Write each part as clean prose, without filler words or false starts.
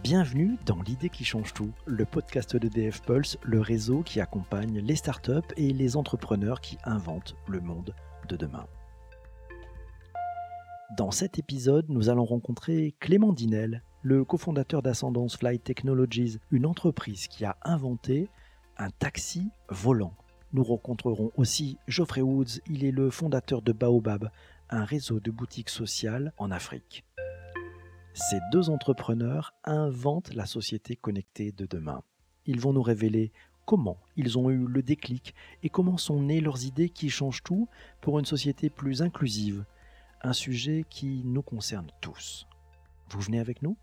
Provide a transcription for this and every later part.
Bienvenue dans l'idée qui change tout, le podcast d'EDF Pulse, le réseau qui accompagne les startups et les entrepreneurs qui inventent le monde de demain. Dans cet épisode, nous allons rencontrer Clément Dinel, le cofondateur d'Ascendance Flight Technologies, une entreprise qui a inventé un taxi volant. Nous rencontrerons aussi Geoffrey Woods, il est le fondateur de Baobab, un réseau de boutiques sociales en Afrique. Ces deux entrepreneurs inventent la société connectée de demain. Ils vont nous révéler comment ils ont eu le déclic et comment sont nées leurs idées qui changent tout pour une société plus inclusive. Un sujet qui nous concerne tous. Vous venez avec nous ?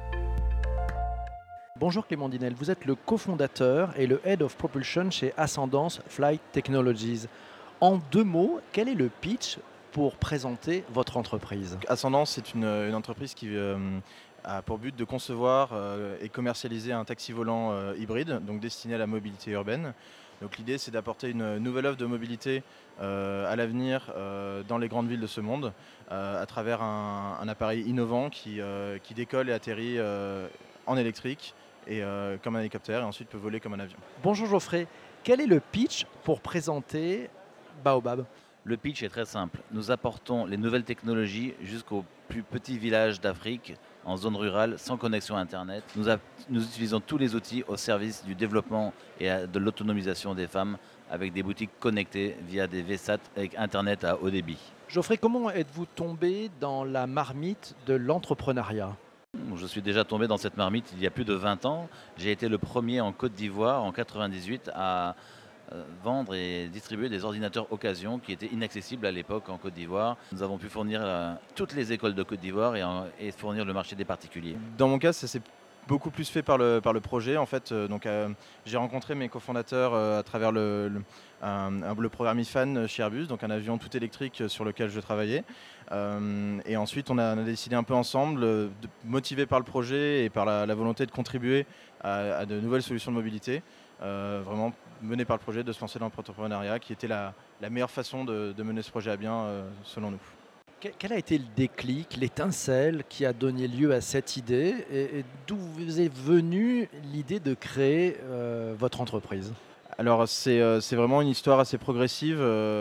Bonjour Clément Dinel, vous êtes le cofondateur et le Head of Propulsion chez Ascendance Flight Technologies. En deux mots, quel est le pitch pour présenter votre entreprise ? Ascendance, c'est une entreprise qui a pour but de concevoir et commercialiser un taxi volant hybride, donc destiné à la mobilité urbaine. Donc l'idée, c'est d'apporter une nouvelle offre de mobilité à l'avenir dans les grandes villes de ce monde, à travers un appareil innovant qui décolle et atterrit en électrique et comme un hélicoptère et ensuite peut voler comme un avion. Bonjour Geoffrey, quel est le pitch pour présenter Baobab ? Le pitch est très simple. Nous apportons les nouvelles technologies jusqu'aux plus petits villages d'Afrique, en zone rurale, sans connexion Internet. Nous utilisons tous les outils au service du développement et de l'autonomisation des femmes avec des boutiques connectées via des VSAT avec Internet à haut débit. Geoffrey, comment êtes-vous tombé dans la marmite de l'entrepreneuriat ? Je suis déjà tombé dans cette marmite il y a plus de 20 ans. J'ai été le premier en Côte d'Ivoire en 1998 à vendre et distribuer des ordinateurs occasion qui étaient inaccessibles à l'époque en Côte d'Ivoire. Nous avons pu fournir toutes les écoles de Côte d'Ivoire et fournir le marché des particuliers. Dans mon cas, ça s'est beaucoup plus fait par le projet. En fait, j'ai rencontré mes cofondateurs à travers le programme IFAN chez Airbus, donc un avion tout électrique sur lequel je travaillais. Et ensuite, on a décidé un peu ensemble, motivés par le projet et par la volonté de contribuer à de nouvelles solutions de mobilité, vraiment mené par le projet, de se lancer dans l'entrepreneuriat, qui était la meilleure façon de mener ce projet à bien, selon nous. Quel a été le déclic, l'étincelle qui a donné lieu à cette idée et d'où vous est venue l'idée de créer votre entreprise ? Alors c'est vraiment une histoire assez progressive,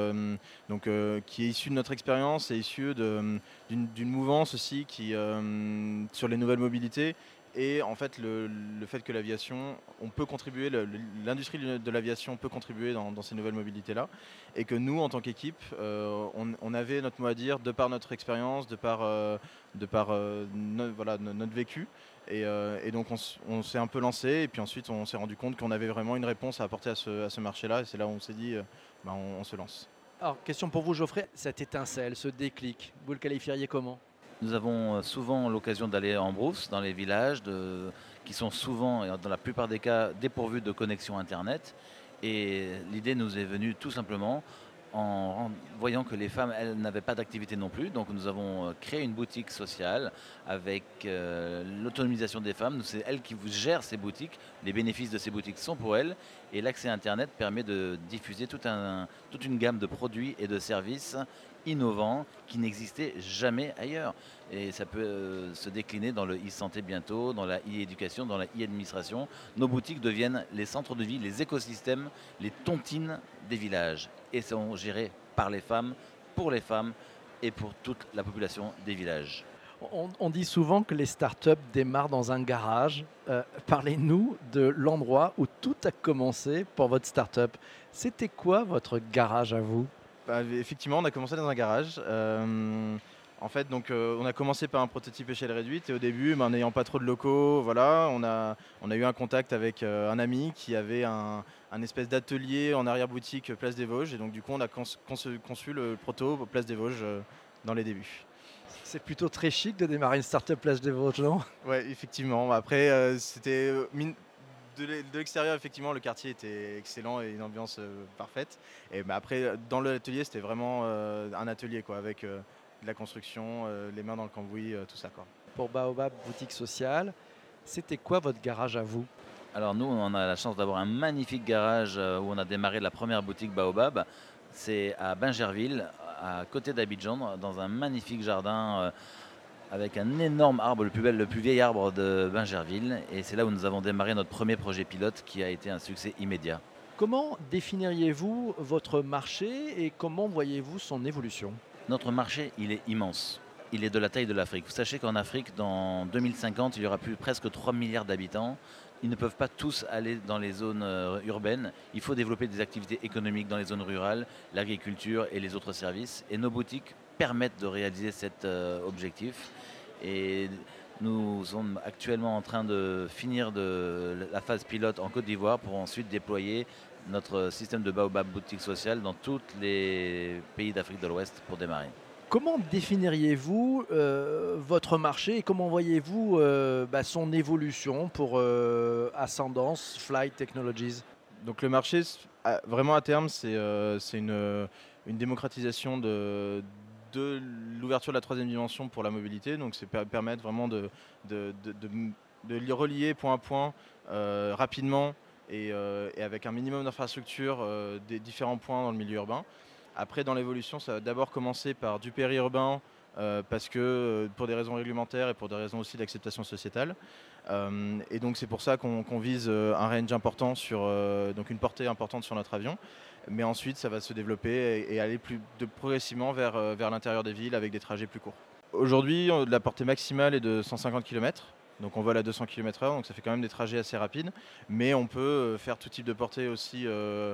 qui est issue de notre expérience et issue d'une mouvance aussi qui, sur les nouvelles mobilités. Et en fait, le fait que l'aviation, on peut contribuer, l'industrie de l'aviation peut contribuer dans ces nouvelles mobilités-là. Et que nous, en tant qu'équipe, on avait notre mot à dire de par notre expérience, de par notre vécu. Et donc on s'est un peu lancé et puis ensuite on s'est rendu compte qu'on avait vraiment une réponse à apporter à ce marché-là. Et c'est là où on s'est dit, on se lance. Alors, question pour vous Geoffrey, cette étincelle, ce déclic, vous le qualifieriez comment ? Nous avons souvent l'occasion d'aller en brousse dans les villages qui sont souvent, et dans la plupart des cas, dépourvus de connexion Internet. Et l'idée nous est venue tout simplement en voyant que les femmes, elles, n'avaient pas d'activité non plus. Donc nous avons créé une boutique sociale avec l'autonomisation des femmes. C'est elles qui vous gèrent ces boutiques. Les bénéfices de ces boutiques sont pour elles. Et l'accès Internet permet de diffuser toute une gamme de produits et de services innovants qui n'existaient jamais ailleurs. Et ça peut se décliner dans le e-santé bientôt, dans la e-éducation, dans la e-administration. Nos boutiques deviennent les centres de vie, les écosystèmes, les tontines des villages. Et sont gérés par les femmes, pour les femmes et pour toute la population des villages. On dit souvent que les startups démarrent dans un garage. Parlez-nous de l'endroit où tout a commencé pour votre startup. C'était quoi votre garage à vous ? Effectivement, on a commencé dans un garage. En fait, on a commencé par un prototype échelle réduite et au début, n'ayant pas trop de locaux, voilà, on a eu un contact avec un ami qui avait un espèce d'atelier en arrière-boutique Place des Vosges et donc du coup, on a conçu le proto Place des Vosges dans les débuts. C'est plutôt très chic de démarrer une startup Place des Vosges, non ? Ouais, effectivement. Après, c'était de l'extérieur, effectivement, le quartier était excellent et une ambiance parfaite. Et après, dans l'atelier, c'était vraiment un atelier, quoi, avec de la construction, les mains dans le cambouis, tout ça, quoi. Pour Baobab Boutique Sociale, c'était quoi votre garage à vous ? Alors nous, on a la chance d'avoir un magnifique garage où on a démarré la première boutique Baobab. C'est à Bingerville, à côté d'Abidjan, dans un magnifique jardin avec un énorme arbre, le plus vieil arbre de Bingerville. Et c'est là où nous avons démarré notre premier projet pilote qui a été un succès immédiat. Comment définiriez-vous votre marché et comment voyez-vous son évolution? Notre marché, il est immense. Il est de la taille de l'Afrique. Vous sachez qu'en Afrique, dans 2050, il y aura plus presque 3 milliards d'habitants. Ils ne peuvent pas tous aller dans les zones urbaines. Il faut développer des activités économiques dans les zones rurales, l'agriculture et les autres services. Et nos boutiques permettent de réaliser cet objectif. Et nous sommes actuellement en train de finir la phase pilote en Côte d'Ivoire pour ensuite déployer notre système de Baobab boutique sociale dans tous les pays d'Afrique de l'Ouest pour démarrer. Comment définiriez-vous votre marché et comment voyez-vous son évolution pour Ascendance Flight Technologies? Donc le marché, vraiment à terme, c'est une démocratisation de l'ouverture de la troisième dimension pour la mobilité. Donc c'est permettre vraiment de relier point à point rapidement et avec un minimum d'infrastructures des différents points dans le milieu urbain. Après, dans l'évolution, ça va d'abord commencer par du périurbain, parce que pour des raisons réglementaires et pour des raisons aussi d'acceptation sociétale. Et donc c'est pour ça qu'on vise un range important donc une portée importante sur notre avion. Mais ensuite, ça va se développer et aller progressivement vers l'intérieur des villes avec des trajets plus courts. Aujourd'hui, la portée maximale est de 150 km. Donc on vole à 200 km/h, donc ça fait quand même des trajets assez rapides. Mais on peut faire tout type de portée aussi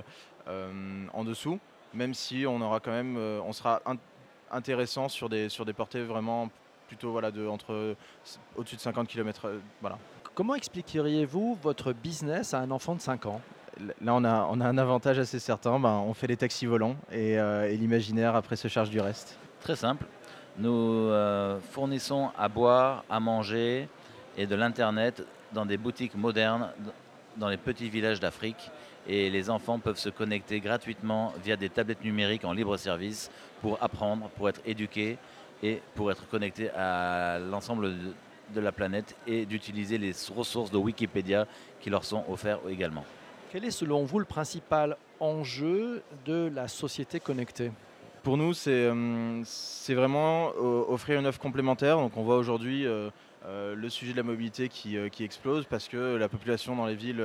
en dessous, même si on aura quand même, on sera intéressant sur des portées vraiment plutôt au-dessus de 50 km. Voilà. Comment expliqueriez-vous votre business à un enfant de 5 ans? Là, on a un avantage assez certain, on fait les taxis volants et l'imaginaire après se charge du reste. Très simple. Nous fournissons à boire, à manger et de l'Internet dans des boutiques modernes dans les petits villages d'Afrique. Et les enfants peuvent se connecter gratuitement via des tablettes numériques en libre service pour apprendre, pour être éduqués et pour être connectés à l'ensemble de la planète et d'utiliser les ressources de Wikipédia qui leur sont offertes également. Quel est selon vous le principal enjeu de la société connectée? Pour nous, c'est vraiment offrir une offre complémentaire. Donc on voit aujourd'hui le sujet de la mobilité qui explose parce que la population dans les villes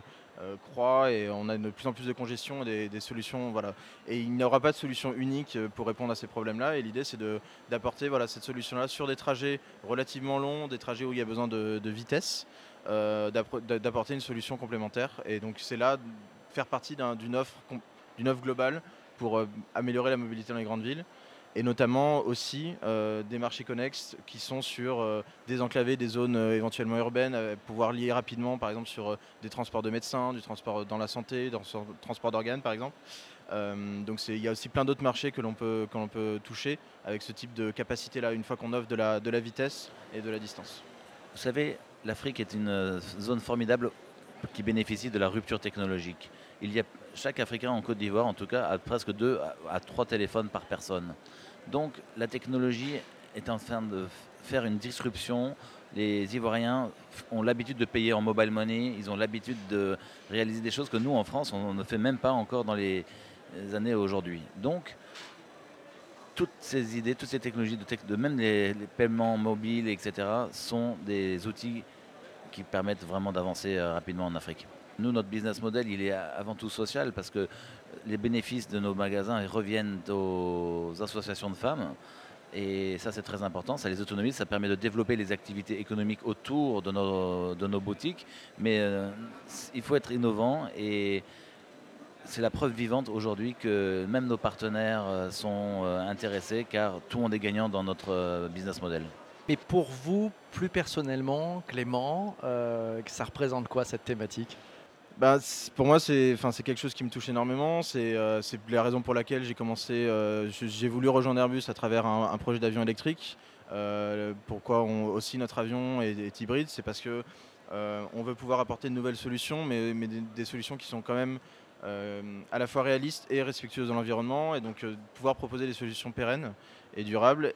croît et on a de plus en plus de congestion et des solutions. Voilà. Et il n'y aura pas de solution unique pour répondre à ces problèmes-là. Et l'idée, c'est d'apporter cette solution-là sur des trajets relativement longs, des trajets où il y a besoin de vitesse, d'apporter une solution complémentaire. Et donc c'est là faire partie d'une offre globale pour améliorer la mobilité dans les grandes villes. Et notamment aussi des marchés connexes qui sont sur désenclaver des zones éventuellement urbaines, pouvoir lier rapidement par exemple sur des transports de médecins, du transport dans la santé, dans le transport d'organes par exemple. Donc il y a aussi plein d'autres marchés que l'on peut toucher avec ce type de capacité-là, une fois qu'on offre de la vitesse et de la distance. Vous savez, l'Afrique est une zone formidable qui bénéficie de la rupture technologique. Chaque Africain en Côte d'Ivoire, en tout cas, a presque 2 à 3 téléphones par personne. Donc la technologie est en train de faire une disruption. Les Ivoiriens ont l'habitude de payer en mobile money, ils ont l'habitude de réaliser des choses que nous, en France, on ne fait même pas encore dans les années aujourd'hui. Donc, toutes ces idées, toutes ces technologies, même les paiements mobiles, etc., sont des outils qui permettent vraiment d'avancer rapidement en Afrique. Nous, notre business model, il est avant tout social parce que les bénéfices de nos magasins reviennent aux associations de femmes. Et ça, c'est très important. Ça les autonomise, ça permet de développer les activités économiques autour de nos boutiques. Mais il faut être innovant et c'est la preuve vivante aujourd'hui que même nos partenaires sont intéressés car tout le monde est gagnant dans notre business model. Mais pour vous, plus personnellement, Clément, ça représente quoi cette thématique? Pour moi, c'est quelque chose qui me touche énormément. C'est la raison pour laquelle j'ai voulu rejoindre Airbus à travers un projet d'avion électrique. Pourquoi aussi notre avion est hybride, c'est parce que on veut pouvoir apporter de nouvelles solutions, mais des solutions qui sont quand même à la fois réalistes et respectueuses de l'environnement, et donc pouvoir proposer des solutions pérennes et durables.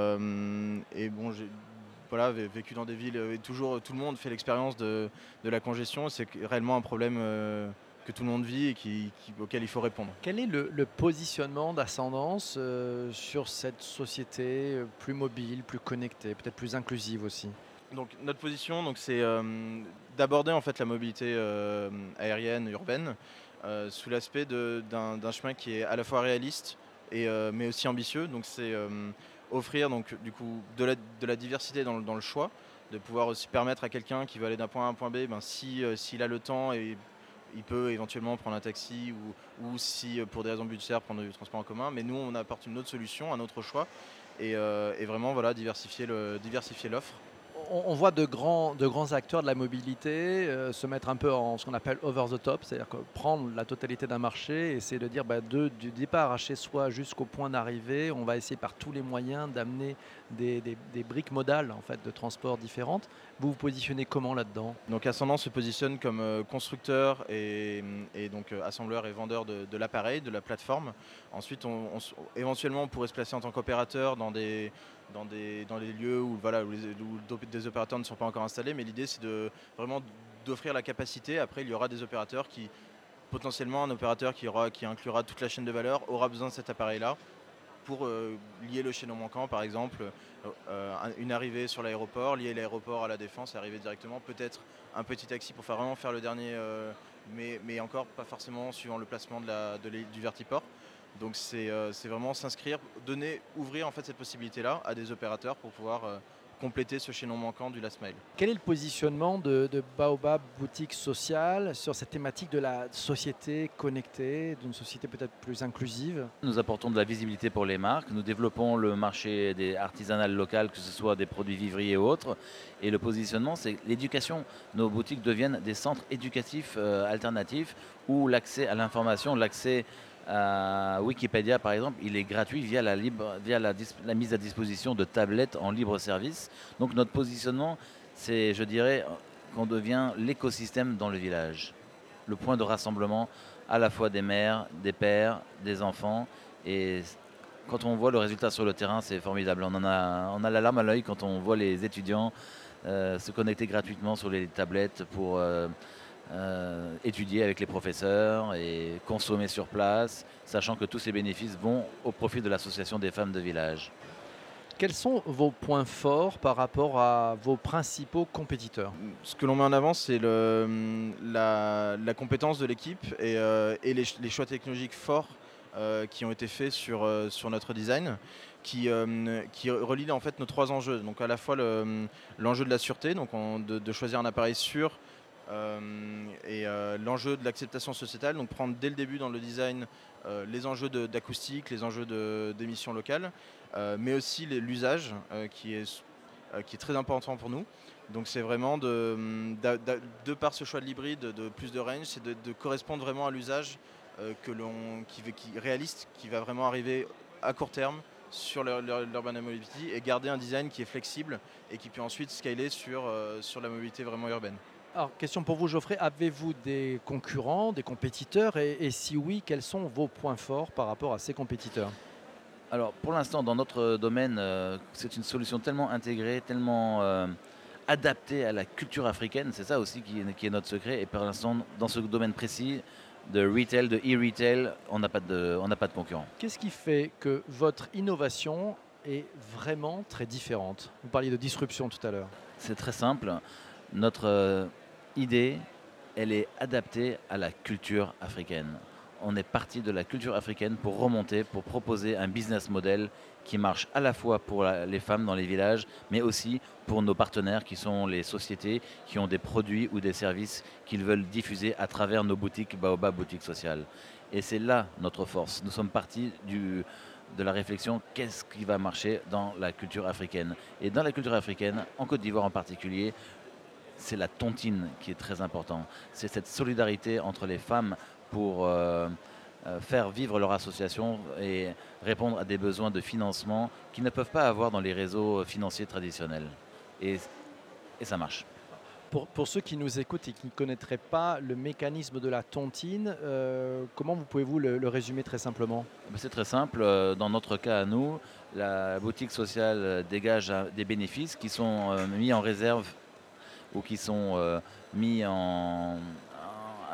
Et bon, j'ai vécu dans des villes et toujours tout le monde fait l'expérience de la congestion. C'est réellement un problème que tout le monde vit et auquel il faut répondre. Quel est le positionnement d'Ascendance sur cette société plus mobile, plus connectée, peut-être plus inclusive aussi? Donc notre position, c'est d'aborder en fait la mobilité aérienne urbaine sous l'aspect d'un chemin qui est à la fois réaliste mais aussi ambitieux. Donc c'est offrir donc du coup de la diversité dans le choix, de pouvoir aussi permettre à quelqu'un qui veut aller d'un point A à un point B, s'il a le temps et il peut éventuellement prendre un taxi ou si pour des raisons budgétaires prendre du transport en commun. Mais nous on apporte une autre solution, un autre choix et vraiment voilà diversifier l'offre. On voit de grands acteurs de la mobilité se mettre un peu en ce qu'on appelle over the top, c'est-à-dire que prendre la totalité d'un marché et essayer de dire du départ à chez soi jusqu'au point d'arrivée, on va essayer par tous les moyens d'amener des briques modales en fait, de transport différentes. Vous vous positionnez comment là-dedans? Donc Ascendant se positionne comme constructeur et donc assembleur et vendeur de l'appareil, de la plateforme. Ensuite, éventuellement, on pourrait se placer en tant qu'opérateur dans des lieux où des opérateurs ne sont pas encore installés, mais l'idée c'est vraiment d'offrir la capacité. Après, il y aura des opérateurs potentiellement un opérateur qui inclura toute la chaîne de valeur, aura besoin de cet appareil-là pour lier le chaînon manquant, par exemple, une arrivée sur l'aéroport, lier l'aéroport à la Défense et arriver directement, peut-être un petit taxi pour vraiment faire le dernier, mais encore pas forcément suivant le placement du vertiport. Donc c'est vraiment s'inscrire, ouvrir en fait cette possibilité-là à des opérateurs pour pouvoir compléter ce chaînon manquant du last mile. Quel est le positionnement de Baobab Boutique Sociale sur cette thématique de la société connectée, d'une société peut-être plus inclusive? Nous apportons de la visibilité pour les marques, nous développons le marché des artisanales locales, que ce soit des produits vivriers ou autres. Et le positionnement, c'est l'éducation. Nos boutiques deviennent des centres éducatifs alternatifs où l'accès à l'information, l'accès à Wikipédia par exemple, il est gratuit via la mise à disposition de tablettes en libre service. Donc notre positionnement, c'est, je dirais, qu'on devient l'écosystème dans le village. Le point de rassemblement à la fois des mères, des pères, des enfants. Et quand on voit le résultat sur le terrain, c'est formidable. On a la larme à l'œil quand on voit les étudiants se connecter gratuitement sur les tablettes pour étudier avec les professeurs et consommer sur place, sachant que tous ces bénéfices vont au profit de l'association des femmes de village. Quels sont vos points forts par rapport à vos principaux compétiteurs? Ce que l'on met en avant, c'est la compétence de l'équipe et les choix technologiques forts qui ont été faits sur notre design, qui relient en fait nos trois enjeux. Donc à la fois l'enjeu de la sûreté, donc de choisir un appareil sûr, et l'enjeu de l'acceptation sociétale, donc prendre dès le début dans le design les enjeux d'acoustique, les enjeux d'émissions locales, mais aussi l'usage qui est très important pour nous. Donc c'est vraiment de par ce choix de l'hybride, de plus de range, c'est de correspondre vraiment à l'usage qui est réaliste, qui va vraiment arriver à court terme sur l'urban mobility et garder un design qui est flexible et qui peut ensuite scaler sur la mobilité vraiment urbaine. Alors, question pour vous, Geoffrey, avez-vous des concurrents, des compétiteurs et si oui, quels sont vos points forts par rapport à ces compétiteurs? Alors pour l'instant, dans notre domaine, c'est une solution tellement intégrée, tellement adaptée à la culture africaine, c'est ça aussi qui est notre secret. Et pour l'instant, dans ce domaine précis de retail, de e-retail, on n'a pas de concurrent. Qu'est-ce qui fait que votre innovation est vraiment très différente? Vous parliez de disruption tout à l'heure. C'est très simple. Notre idée, elle est adaptée à la culture africaine. On est parti de la culture africaine pour remonter, pour proposer un business model qui marche à la fois pour les femmes dans les villages, mais aussi pour nos partenaires qui sont les sociétés qui ont des produits ou des services qu'ils veulent diffuser à travers nos boutiques Baobab Boutique Sociale. Et c'est là notre force. Nous sommes partis de la réflexion, qu'est-ce qui va marcher dans la culture africaine. Et dans la culture africaine, en Côte d'Ivoire en particulier, c'est la tontine qui est très important. C'est cette solidarité entre les femmes pour faire vivre leur association et répondre à des besoins de financement qu'ils ne peuvent pas avoir dans les réseaux financiers traditionnels. Et ça marche. Pour ceux qui nous écoutent et qui ne connaîtraient pas le mécanisme de la tontine, comment pouvez-vous le résumer très simplement? C'est très simple. Dans notre cas à nous, la boutique sociale dégage des bénéfices qui sont mis en réserve ou qui sont mis à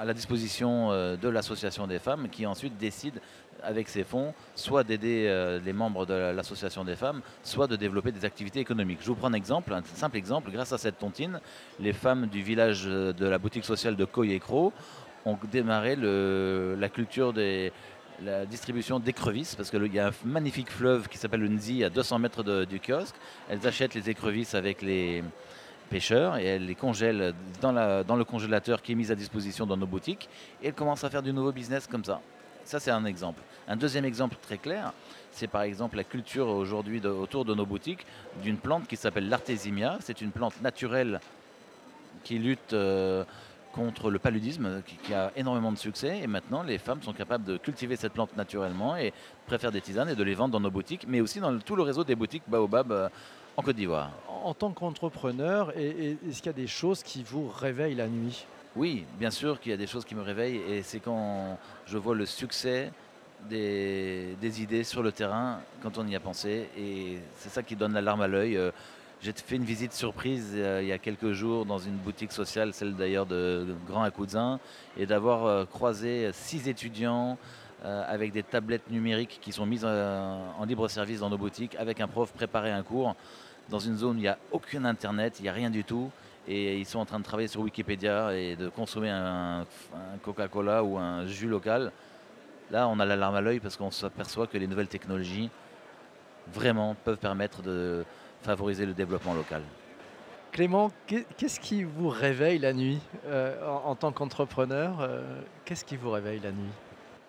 à la disposition de l'association des femmes qui ensuite décide avec ces fonds soit d'aider les membres de l'association des femmes, soit de développer des activités économiques. Je vous prends un simple exemple. Grâce à cette tontine, les femmes du village de la boutique sociale de Coyecro ont démarré la culture la distribution d'écrevisses, parce qu'il y a un magnifique fleuve qui s'appelle le Nzi à 200 mètres du kiosque. Elles achètent les écrevisses avec les pêcheurs et elles les congèlent dans le congélateur qui est mis à disposition dans nos boutiques et elles commencent à faire du nouveau business comme ça. Ça, c'est un exemple. Un deuxième exemple très clair, c'est par exemple la culture aujourd'hui autour de nos boutiques d'une plante qui s'appelle l'artésimia. C'est une plante naturelle qui lutte contre le paludisme, qui a énormément de succès. Et maintenant, les femmes sont capables de cultiver cette plante naturellement et préfèrent des tisanes et de les vendre dans nos boutiques, mais aussi dans tout le réseau des boutiques Baobab en Côte d'Ivoire. En tant qu'entrepreneur, est-ce qu'il y a des choses qui vous réveillent la nuit ? Oui, bien sûr qu'il y a des choses qui me réveillent et c'est quand je vois le succès des idées sur le terrain, quand on y a pensé. Et c'est ça qui donne la larme à l'œil. J'ai fait une visite surprise il y a quelques jours dans une boutique sociale, celle d'ailleurs de Grand Acoudzin, et d'avoir croisé 6 étudiants avec des tablettes numériques qui sont mises en libre service dans nos boutiques, avec un prof préparer un cours dans une zone où il n'y a aucun internet, il n'y a rien du tout, et ils sont en train de travailler sur Wikipédia et de consommer un Coca-Cola ou un jus local. Là, on a la larme à l'œil parce qu'on s'aperçoit que les nouvelles technologies vraiment peuvent permettre de favoriser le développement local. Clément, qu'est-ce qui vous réveille la nuit en tant qu'entrepreneur qu'est-ce qui vous réveille la nuit ?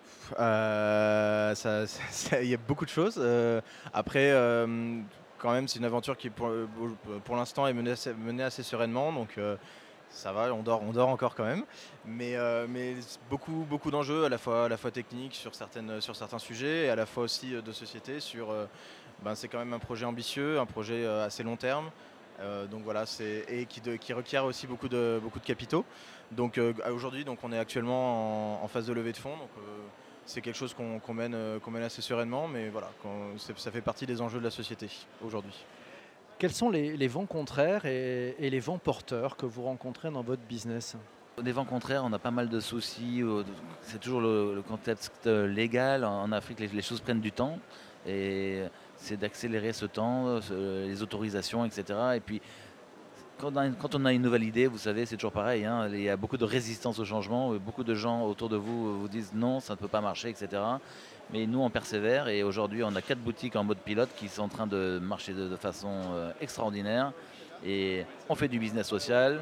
Il y a beaucoup de choses. Après, quand même, c'est une aventure qui, pour l'instant, est menée assez sereinement. Donc, ça va, on dort encore quand même. Mais beaucoup d'enjeux, à la fois techniques sur certains sujets, et à la fois aussi de société. C'est quand même un projet ambitieux, un projet assez long terme. Donc voilà, qui requiert aussi beaucoup de capitaux. Donc aujourd'hui, on est actuellement en phase de levée de fonds. Donc, c'est quelque chose qu'on mène assez sereinement, mais voilà, ça fait partie des enjeux de la société aujourd'hui. Quels sont les vents contraires et les vents porteurs que vous rencontrez dans votre business ? Des vents contraires, on a pas mal de soucis. C'est toujours le contexte légal. En Afrique, les choses prennent du temps. Et c'est d'accélérer ce temps, les autorisations, etc. Et puis, quand on a une nouvelle idée, vous savez, c'est toujours pareil. Il y a beaucoup de résistance au changement. Beaucoup de gens autour de vous disent non, ça ne peut pas marcher, etc. Mais nous, on persévère. Et aujourd'hui, on a 4 boutiques en mode pilote qui sont en train de marcher de façon extraordinaire. Et on fait du business social.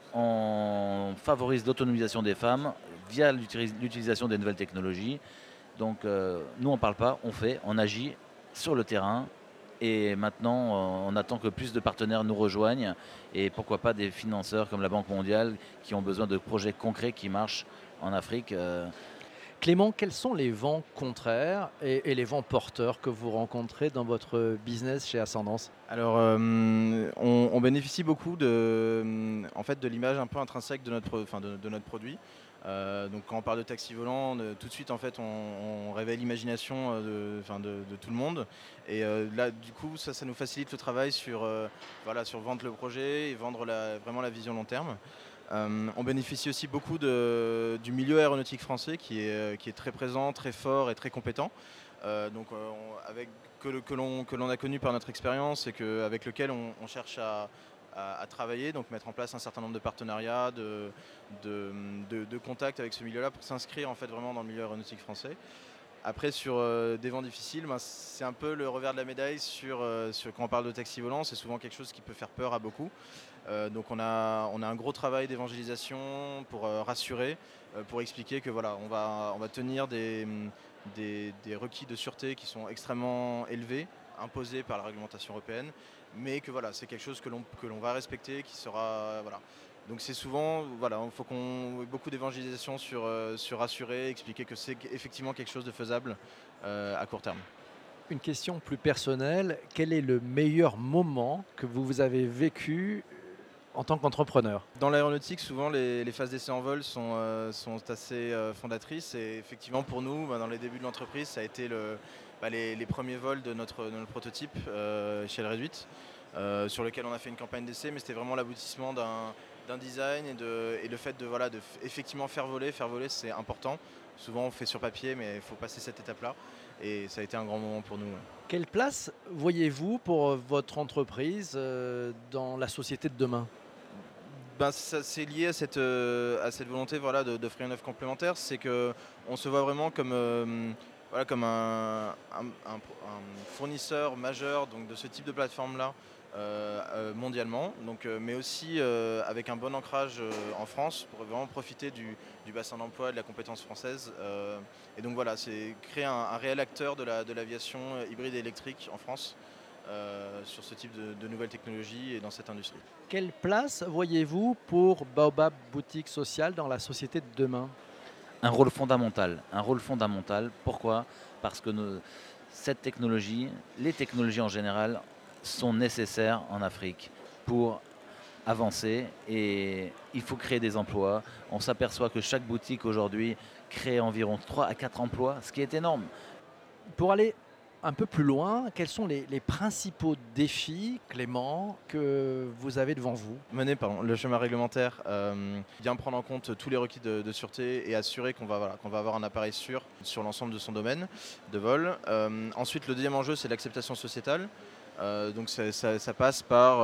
On favorise l'autonomisation des femmes via l'utilisation des nouvelles technologies. Donc nous, on ne parle pas, on fait, on agit sur le terrain. Et maintenant, on attend que plus de partenaires nous rejoignent. Et pourquoi pas des financeurs comme la Banque mondiale qui ont besoin de projets concrets qui marchent en Afrique. Clément, quels sont les vents contraires et les vents porteurs que vous rencontrez dans votre business chez Ascendance ? Alors, on bénéficie beaucoup de l'image un peu intrinsèque de notre produit. Donc, quand on parle de taxi volant, tout de suite, en fait, on réveille l'imagination de tout le monde. Et là, du coup, ça nous facilite le travail sur vendre le projet et vendre vraiment la vision long terme. On bénéficie aussi beaucoup du milieu aéronautique français qui est très présent, très fort et très compétent. Que l'on a connu par notre expérience et avec lequel on cherche à travailler, donc mettre en place un certain nombre de partenariats, de contacts avec ce milieu-là pour s'inscrire en fait vraiment dans le milieu aéronautique français. Après, sur des vents difficiles, c'est un peu le revers de la médaille quand on parle de taxi volant, c'est souvent quelque chose qui peut faire peur à beaucoup. Donc on a un gros travail d'évangélisation pour rassurer, pour expliquer que voilà, on va tenir des requis de sûreté qui sont extrêmement élevés, imposés par la réglementation européenne, mais que voilà, c'est quelque chose que l'on va respecter, qui sera voilà. Donc c'est souvent voilà, il faut beaucoup d'évangélisation sur rassurer, expliquer que c'est effectivement quelque chose de faisable à court terme. Une question plus personnelle, quel est le meilleur moment que vous avez vécu en tant qu'entrepreneur ? Dans l'aéronautique, souvent les phases d'essai en vol sont assez fondatrices. Et effectivement, pour nous, dans les débuts de l'entreprise, ça a été les premiers vols de notre prototype chez le Réduite, sur lequel on a fait une campagne d'essai. Mais c'était vraiment l'aboutissement d'un design et le fait de, voilà, effectivement faire voler c'est important. Souvent on fait sur papier mais il faut passer cette étape-là et ça a été un grand moment pour nous. Ouais. Quelle place voyez-vous pour votre entreprise dans la société de demain? Ben, c'est lié à cette volonté voilà, d'offrir une offre complémentaire, c'est qu'on se voit vraiment comme, voilà, comme un fournisseur majeur donc, de ce type de plateforme-là mondialement, donc, mais aussi avec un bon ancrage en France pour vraiment profiter du bassin d'emploi et de la compétence française. Et donc voilà, c'est créer un réel acteur de l'aviation hybride et électrique en France. Sur ce type de nouvelles technologies et dans cette industrie. Quelle place voyez-vous pour Baobab Boutique Sociale dans la société de demain? Un rôle fondamental. Un rôle fondamental. Pourquoi? Parce que cette technologie, les technologies en général, sont nécessaires en Afrique pour avancer et il faut créer des emplois. On s'aperçoit que chaque boutique aujourd'hui crée environ 3 à 4 emplois, ce qui est énorme. Pour aller un peu plus loin, quels sont les principaux défis, Clément, que vous avez devant vous? Mener le chemin réglementaire, bien prendre en compte tous les requis de sûreté et assurer qu'on va, voilà, qu'on va avoir un appareil sûr sur l'ensemble de son domaine de vol. Ensuite, le deuxième enjeu, c'est l'acceptation sociétale. Donc ça passe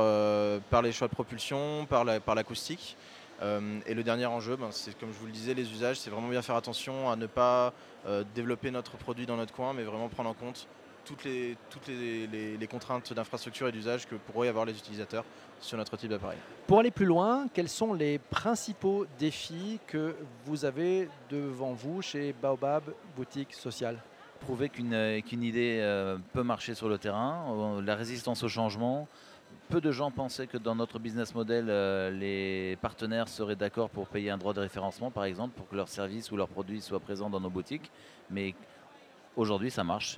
par les choix de propulsion, par l'acoustique. Et le dernier enjeu, c'est comme je vous le disais, les usages, c'est vraiment bien faire attention à ne pas développer notre produit dans notre coin, mais vraiment prendre en compte toutes les contraintes d'infrastructure et d'usage que pourraient avoir les utilisateurs sur notre type d'appareil. Pour aller plus loin, quels sont les principaux défis que vous avez devant vous chez Baobab Boutique Sociale? Prouver qu'une idée peut marcher sur le terrain, la résistance au changement. Peu de gens pensaient que dans notre business model, les partenaires seraient d'accord pour payer un droit de référencement, par exemple, pour que leurs services ou leurs produits soient présents dans nos boutiques. Mais aujourd'hui, ça marche.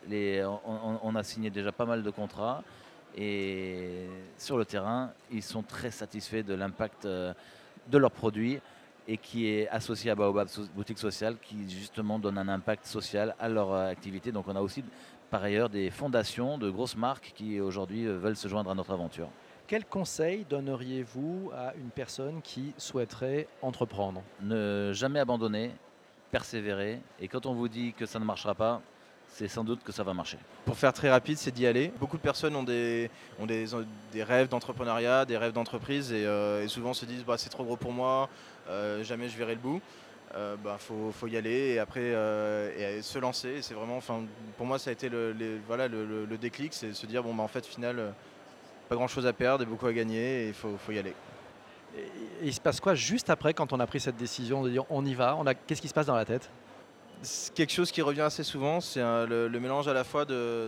On a signé déjà pas mal de contrats et sur le terrain, ils sont très satisfaits de l'impact de leurs produits et qui est associé à Baobab Boutique Sociale qui justement donne un impact social à leur activité. Donc on a aussi par ailleurs des fondations de grosses marques qui aujourd'hui veulent se joindre à notre aventure. Quel conseil donneriez-vous à une personne qui souhaiterait entreprendre? Ne jamais abandonner, persévérer et quand on vous dit que ça ne marchera pas, c'est sans doute que ça va marcher. Pour faire très rapide, c'est d'y aller. Beaucoup de personnes ont des rêves d'entrepreneuriat, des rêves d'entreprise et souvent se disent c'est trop gros pour moi, jamais je verrai le bout. Faut y aller et après et se lancer. Et c'est vraiment, pour moi, ça a été le déclic, c'est de se dire en fait, final, pas grand chose à perdre et beaucoup à gagner et il faut y aller. Et il se passe quoi juste après quand on a pris cette décision de dire on y va? Qu'est-ce qui se passe dans la tête? C'est quelque chose qui revient assez souvent, c'est le mélange à la fois de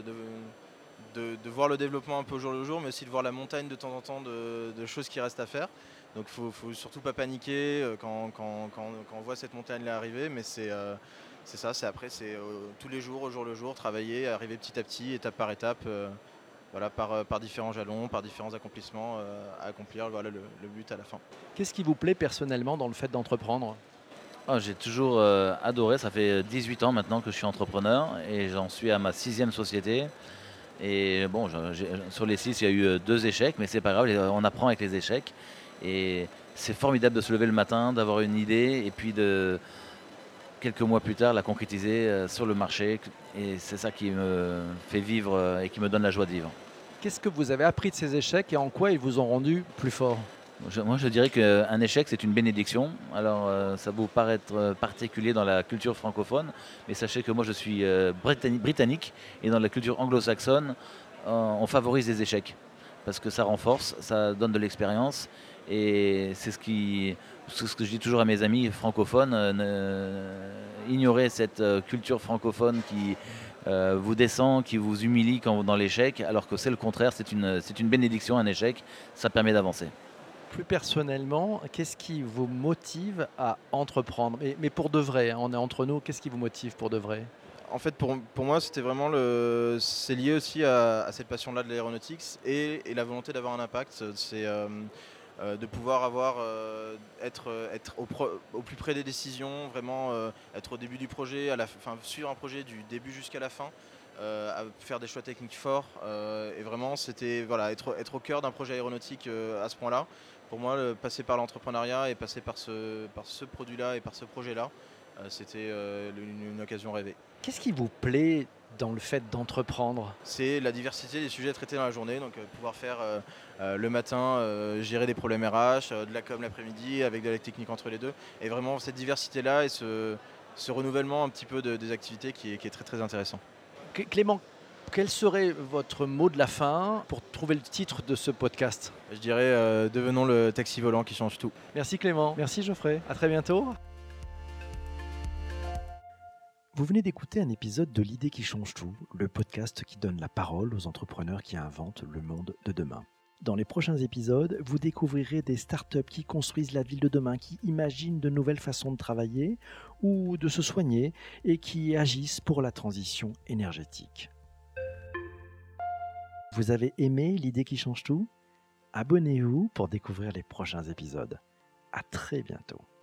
voir le développement un peu au jour le jour, mais aussi de voir la montagne de temps en temps de choses qui restent à faire. Donc il ne faut surtout pas paniquer quand on voit cette montagne-là arriver, mais c'est ça, c'est tous les jours, au jour le jour, travailler, arriver petit à petit, étape par étape, par différents jalons, par différents accomplissements à accomplir le but à la fin. Qu'est-ce qui vous plaît personnellement dans le fait d'entreprendre? J'ai toujours adoré, ça fait 18 ans maintenant que je suis entrepreneur et j'en suis à ma 6e société. Et bon, sur les 6, il y a eu 2 échecs, mais c'est pas grave, on apprend avec les échecs. Et c'est formidable de se lever le matin, d'avoir une idée et puis de, quelques mois plus tard, la concrétiser sur le marché. Et c'est ça qui me fait vivre et qui me donne la joie de vivre. Qu'est-ce que vous avez appris de ces échecs et en quoi ils vous ont rendu plus fort? Moi, je dirais qu'un échec, c'est une bénédiction. Alors, ça vous paraître particulier dans la culture francophone, mais sachez que moi, je suis britannique et dans la culture anglo-saxonne, on favorise les échecs parce que ça renforce, ça donne de l'expérience et c'est ce que je dis toujours à mes amis francophones. Ignorez cette culture francophone qui vous descend, qui vous humilie dans l'échec, alors que c'est le contraire, c'est une bénédiction, un échec, ça permet d'avancer. Plus personnellement, qu'est-ce qui vous motive à entreprendre? Mais pour de vrai, on est entre nous, qu'est-ce qui vous motive pour de vrai? En fait, pour moi, c'était vraiment c'est lié aussi à cette passion-là de l'aéronautique et la volonté d'avoir un impact. C'est de pouvoir être au plus près des décisions, vraiment être au début du projet, suivre un projet du début jusqu'à la fin, à faire des choix techniques forts. Et vraiment, c'était être au cœur d'un projet aéronautique à ce point-là. Pour moi, passer par l'entrepreneuriat et passer par ce produit-là et par ce projet-là, c'était une occasion rêvée. Qu'est-ce qui vous plaît dans le fait d'entreprendre? C'est la diversité des sujets traités dans la journée, donc pouvoir faire le matin, gérer des problèmes RH, de la com l'après-midi avec de la technique entre les deux. Et vraiment cette diversité-là et ce renouvellement un petit peu des activités qui est très très intéressant. Clément, quel serait votre mot de la fin pour trouver le titre de ce podcast? Je dirais devenons le taxi volant qui change tout. Merci Clément, merci Geoffrey, à très bientôt. Vous venez d'écouter un épisode de L'idée qui change tout, le podcast qui donne la parole aux entrepreneurs qui inventent le monde de demain. Dans les prochains épisodes, vous découvrirez des startups qui construisent la ville de demain, qui imaginent de nouvelles façons de travailler ou de se soigner et qui agissent pour la transition énergétique. Vous avez aimé L'idée qui change tout? Abonnez-vous pour découvrir les prochains épisodes. À très bientôt.